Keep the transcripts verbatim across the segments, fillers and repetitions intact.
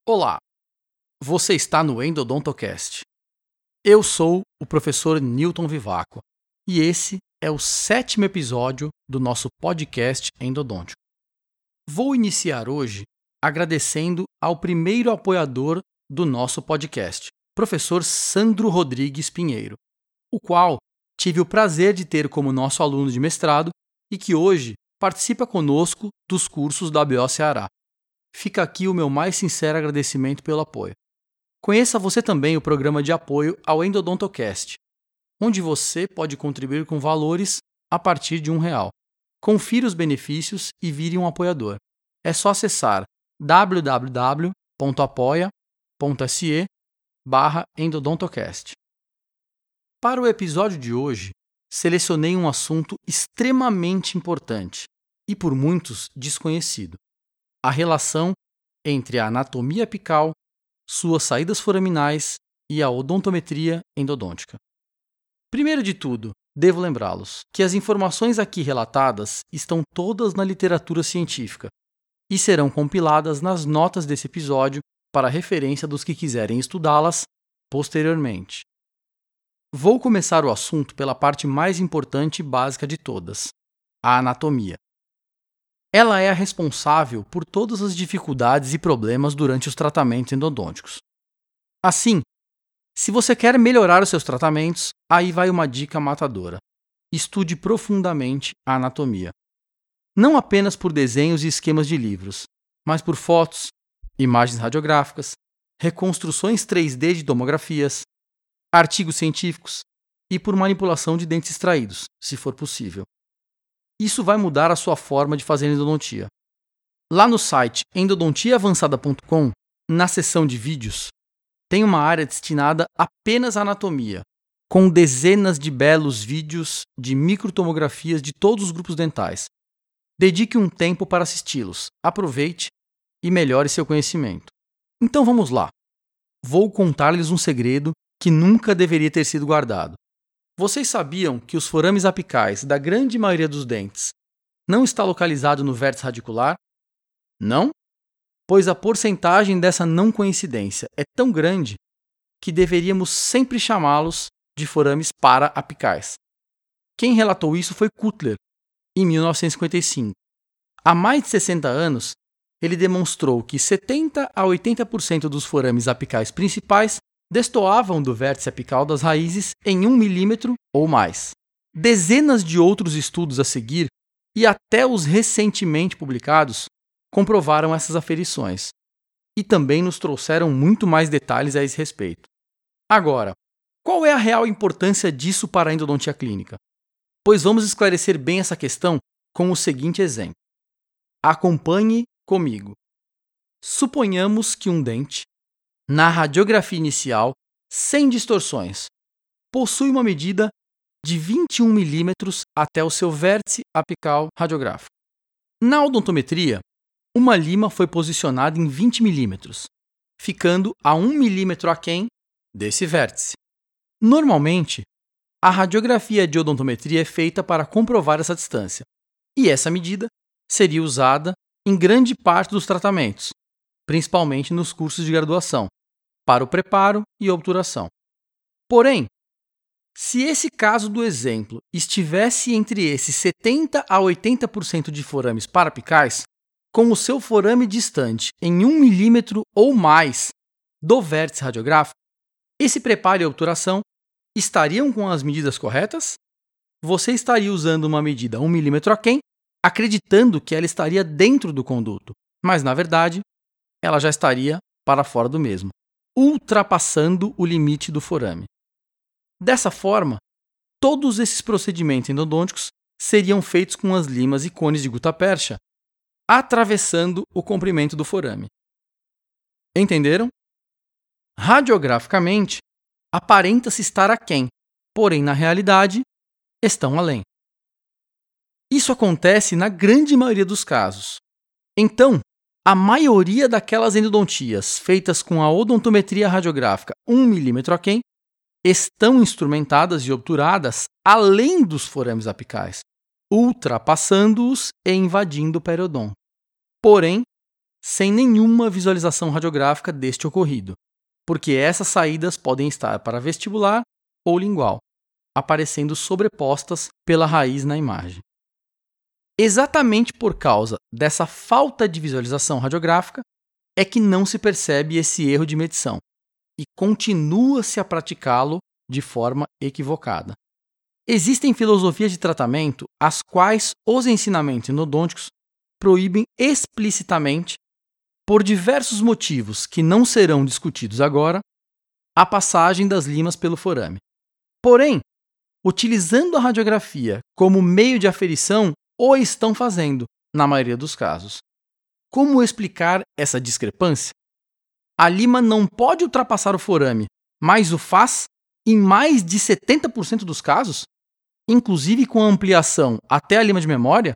Olá, você está no Endodontocast. Eu sou o professor Newton Vivaco e esse é o sétimo episódio do nosso podcast endodôntico. Vou iniciar hoje agradecendo ao primeiro apoiador do nosso podcast, professor Sandro Rodrigues Pinheiro, o qual tive o prazer de ter como nosso aluno de mestrado e que hoje participa conosco dos cursos da A B O Ceará. Fica aqui o meu mais sincero agradecimento pelo apoio. Conheça você também o programa de apoio ao Endodontocast, onde você pode contribuir com valores a partir de um real. Confira os benefícios e vire um apoiador. É só acessar w w w ponto apoia ponto s e barra endodontocast. Para o episódio de hoje, selecionei um assunto extremamente importante e por muitos desconhecido: a relação entre a anatomia apical, suas saídas foraminais e a odontometria endodôntica. Primeiro de tudo, devo lembrá-los que as informações aqui relatadas estão todas na literatura científica e serão compiladas nas notas desse episódio para referência dos que quiserem estudá-las posteriormente. Vou começar o assunto pela parte mais importante e básica de todas, a anatomia. Ela é a responsável por todas as dificuldades e problemas durante os tratamentos endodônticos. Assim, se você quer melhorar os seus tratamentos, aí vai uma dica matadora. Estude profundamente a anatomia. Não apenas por desenhos e esquemas de livros, mas por fotos, imagens radiográficas, reconstruções três D de tomografias, artigos científicos e por manipulação de dentes extraídos, se for possível. Isso vai mudar a sua forma de fazer endodontia. Lá no site endodontia avançada ponto com, na seção de vídeos, tem uma área destinada apenas à anatomia, com dezenas de belos vídeos de microtomografias de todos os grupos dentais. Dedique um tempo para assisti-los, aproveite e melhore seu conhecimento. Então vamos lá. Vou contar-lhes um segredo que nunca deveria ter sido guardado. Vocês sabiam que os forames apicais da grande maioria dos dentes não está localizado no vértice radicular? Não? Pois a porcentagem dessa não coincidência é tão grande que deveríamos sempre chamá-los de forames para-apicais. Quem relatou isso foi Cutler, em mil novecentos e cinquenta e cinco. Há mais de sessenta anos, ele demonstrou que setenta a oitenta por cento dos forames apicais principais destoavam do vértice apical das raízes em um milímetro ou mais. Dezenas de outros estudos a seguir, e até os recentemente publicados, comprovaram essas aferições, e também nos trouxeram muito mais detalhes a esse respeito. Agora, qual é a real importância disso para a endodontia clínica? Pois vamos esclarecer bem essa questão com o seguinte exemplo. Acompanhe comigo. Suponhamos que um dente, na radiografia inicial, sem distorções, possui uma medida de vinte e um milímetros até o seu vértice apical radiográfico. Na odontometria, uma lima foi posicionada em vinte milímetros, ficando a um milímetro aquém desse vértice. Normalmente, a radiografia de odontometria é feita para comprovar essa distância, e essa medida seria usada em grande parte dos tratamentos, principalmente nos cursos de graduação, para o preparo e obturação. Porém, se esse caso do exemplo estivesse entre esses setenta a oitenta por cento de forames parapicais, com o seu forame distante em um milímetro ou mais do vértice radiográfico, esse preparo e obturação estariam com as medidas corretas? Você estaria usando uma medida um milímetro aquém, acreditando que ela estaria dentro do conduto, mas, na verdade, ela já estaria para fora do mesmo, ultrapassando o limite do forame. Dessa forma, todos esses procedimentos endodônticos seriam feitos com as limas e cones de gutta-percha, atravessando o comprimento do forame. Entenderam? Radiograficamente, aparenta-se estar aquém, porém, na realidade, estão além. Isso acontece na grande maioria dos casos. Então, a maioria daquelas endodontias feitas com a odontometria radiográfica um milímetro aquém estão instrumentadas e obturadas além dos forames apicais, ultrapassando-os e invadindo o periodonto. Porém, sem nenhuma visualização radiográfica deste ocorrido, porque essas saídas podem estar para vestibular ou lingual, aparecendo sobrepostas pela raiz na imagem. Exatamente por causa dessa falta de visualização radiográfica é que não se percebe esse erro de medição e continua-se a praticá-lo de forma equivocada. Existem filosofias de tratamento às quais os ensinamentos endodônticos proíbem explicitamente, por diversos motivos que não serão discutidos agora, a passagem das limas pelo forame. Porém, utilizando a radiografia como meio de aferição, o estão fazendo, na maioria dos casos. Como explicar essa discrepância? A lima não pode ultrapassar o forame, mas o faz em mais de setenta por cento dos casos, inclusive com a ampliação até a lima de memória.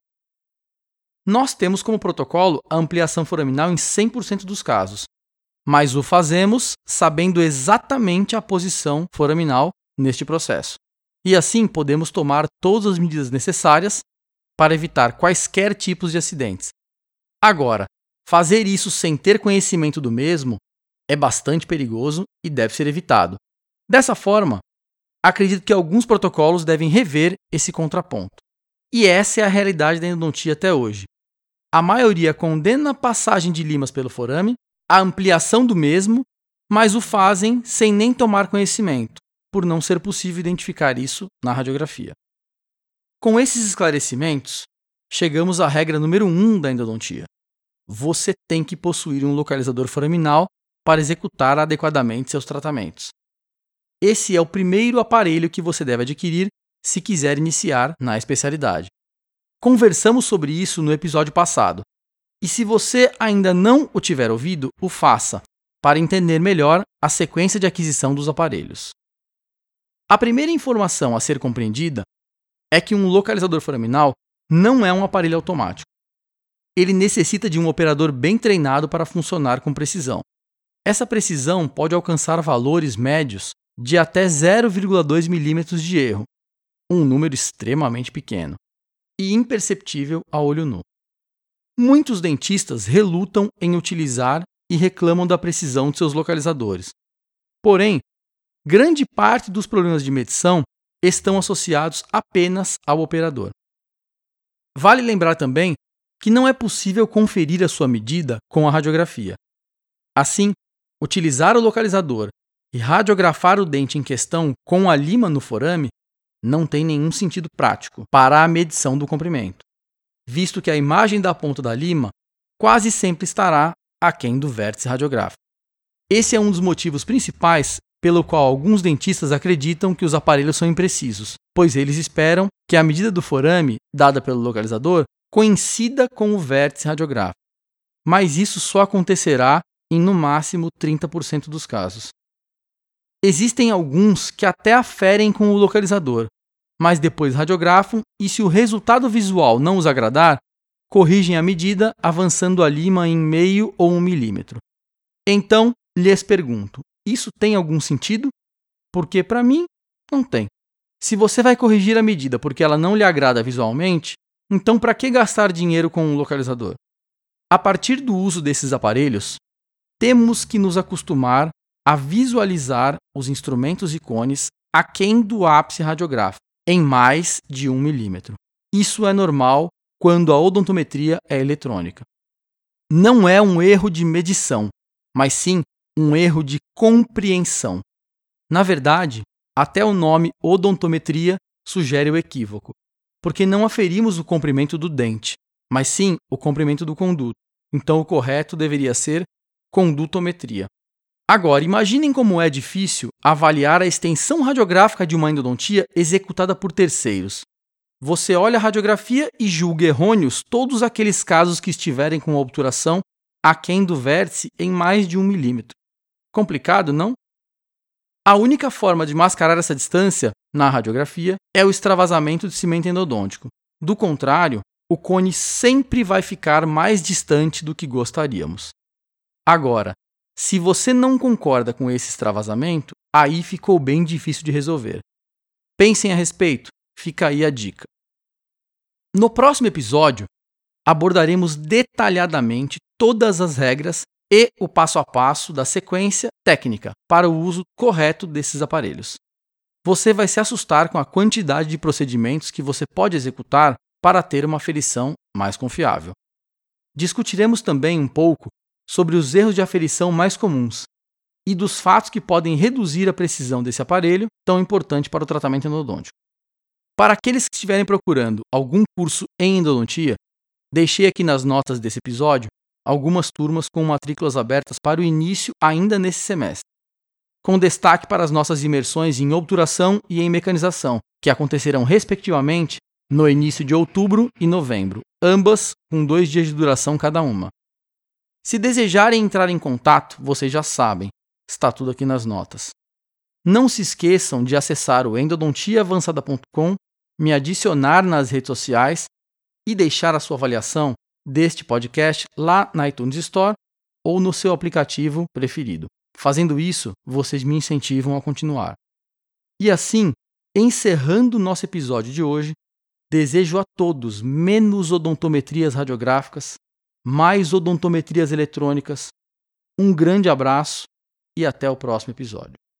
Nós temos como protocolo a ampliação foraminal em cem por cento dos casos, mas o fazemos sabendo exatamente a posição foraminal neste processo. E assim podemos tomar todas as medidas necessárias para evitar quaisquer tipos de acidentes. Agora, fazer isso sem ter conhecimento do mesmo é bastante perigoso e deve ser evitado. Dessa forma, acredito que alguns protocolos devem rever esse contraponto. E essa é a realidade da endodontia até hoje. A maioria condena a passagem de limas pelo forame, a ampliação do mesmo, mas o fazem sem nem tomar conhecimento, por não ser possível identificar isso na radiografia. Com esses esclarecimentos, chegamos à regra número um da endodontia. Você tem que possuir um localizador foraminal para executar adequadamente seus tratamentos. Esse é o primeiro aparelho que você deve adquirir se quiser iniciar na especialidade. Conversamos sobre isso no episódio passado, e se você ainda não o tiver ouvido, o faça, para entender melhor a sequência de aquisição dos aparelhos. A primeira informação a ser compreendida é que um localizador foraminal não é um aparelho automático. Ele necessita de um operador bem treinado para funcionar com precisão. Essa precisão pode alcançar valores médios de até zero vírgula dois milímetros de erro, um número extremamente pequeno e imperceptível a olho nu. Muitos dentistas relutam em utilizar e reclamam da precisão de seus localizadores. Porém, grande parte dos problemas de medição estão associados apenas ao operador. Vale lembrar também que não é possível conferir a sua medida com a radiografia. Assim, utilizar o localizador e radiografar o dente em questão com a lima no forame não tem nenhum sentido prático para a medição do comprimento, visto que a imagem da ponta da lima quase sempre estará aquém do vértice radiográfico. Esse é um dos motivos principais pelo qual alguns dentistas acreditam que os aparelhos são imprecisos, pois eles esperam que a medida do forame, dada pelo localizador, coincida com o vértice radiográfico. Mas isso só acontecerá em no máximo trinta por cento dos casos. Existem alguns que até aferem com o localizador, mas depois radiografam e, se o resultado visual não os agradar, corrigem a medida avançando a lima em meio ou um milímetro. Então, lhes pergunto, isso tem algum sentido? Porque, para mim, não tem. Se você vai corrigir a medida porque ela não lhe agrada visualmente, então para que gastar dinheiro com um localizador? A partir do uso desses aparelhos, temos que nos acostumar a visualizar os instrumentos e cones aquém do ápice radiográfico, em mais de um milímetro. Isso é normal quando a odontometria é eletrônica. Não é um erro de medição, mas sim um erro de compreensão. Na verdade, até o nome odontometria sugere o equívoco, porque não aferimos o comprimento do dente, mas sim o comprimento do conduto. Então o correto deveria ser condutometria. Agora, imaginem como é difícil avaliar a extensão radiográfica de uma endodontia executada por terceiros. Você olha a radiografia e julga errôneos todos aqueles casos que estiverem com obturação aquém do vértice em mais de um milímetro. Complicado, não? A única forma de mascarar essa distância na radiografia é o extravasamento de cimento endodôntico. Do contrário, o cone sempre vai ficar mais distante do que gostaríamos. Agora, se você não concorda com esse extravasamento, aí ficou bem difícil de resolver. Pensem a respeito, fica aí a dica. No próximo episódio, abordaremos detalhadamente todas as regras e o passo a passo da sequência técnica para o uso correto desses aparelhos. Você vai se assustar com a quantidade de procedimentos que você pode executar para ter uma aferição mais confiável. Discutiremos também um pouco sobre os erros de aferição mais comuns e dos fatos que podem reduzir a precisão desse aparelho tão importante para o tratamento endodôntico. Para aqueles que estiverem procurando algum curso em endodontia, deixei aqui nas notas desse episódio algumas turmas com matrículas abertas para o início ainda nesse semestre, com destaque para as nossas imersões em obturação e em mecanização, que acontecerão respectivamente no início de outubro e novembro, ambas com dois dias de duração cada uma. Se desejarem entrar em contato, vocês já sabem, está tudo aqui nas notas. Não se esqueçam de acessar o endodontia avançada ponto com, me adicionar nas redes sociais e deixar a sua avaliação deste podcast lá na iTunes Store ou no seu aplicativo preferido. Fazendo isso, vocês me incentivam a continuar. E assim, encerrando o nosso episódio de hoje, desejo a todos menos odontometrias radiográficas, mais odontometrias eletrônicas, um grande abraço e até o próximo episódio.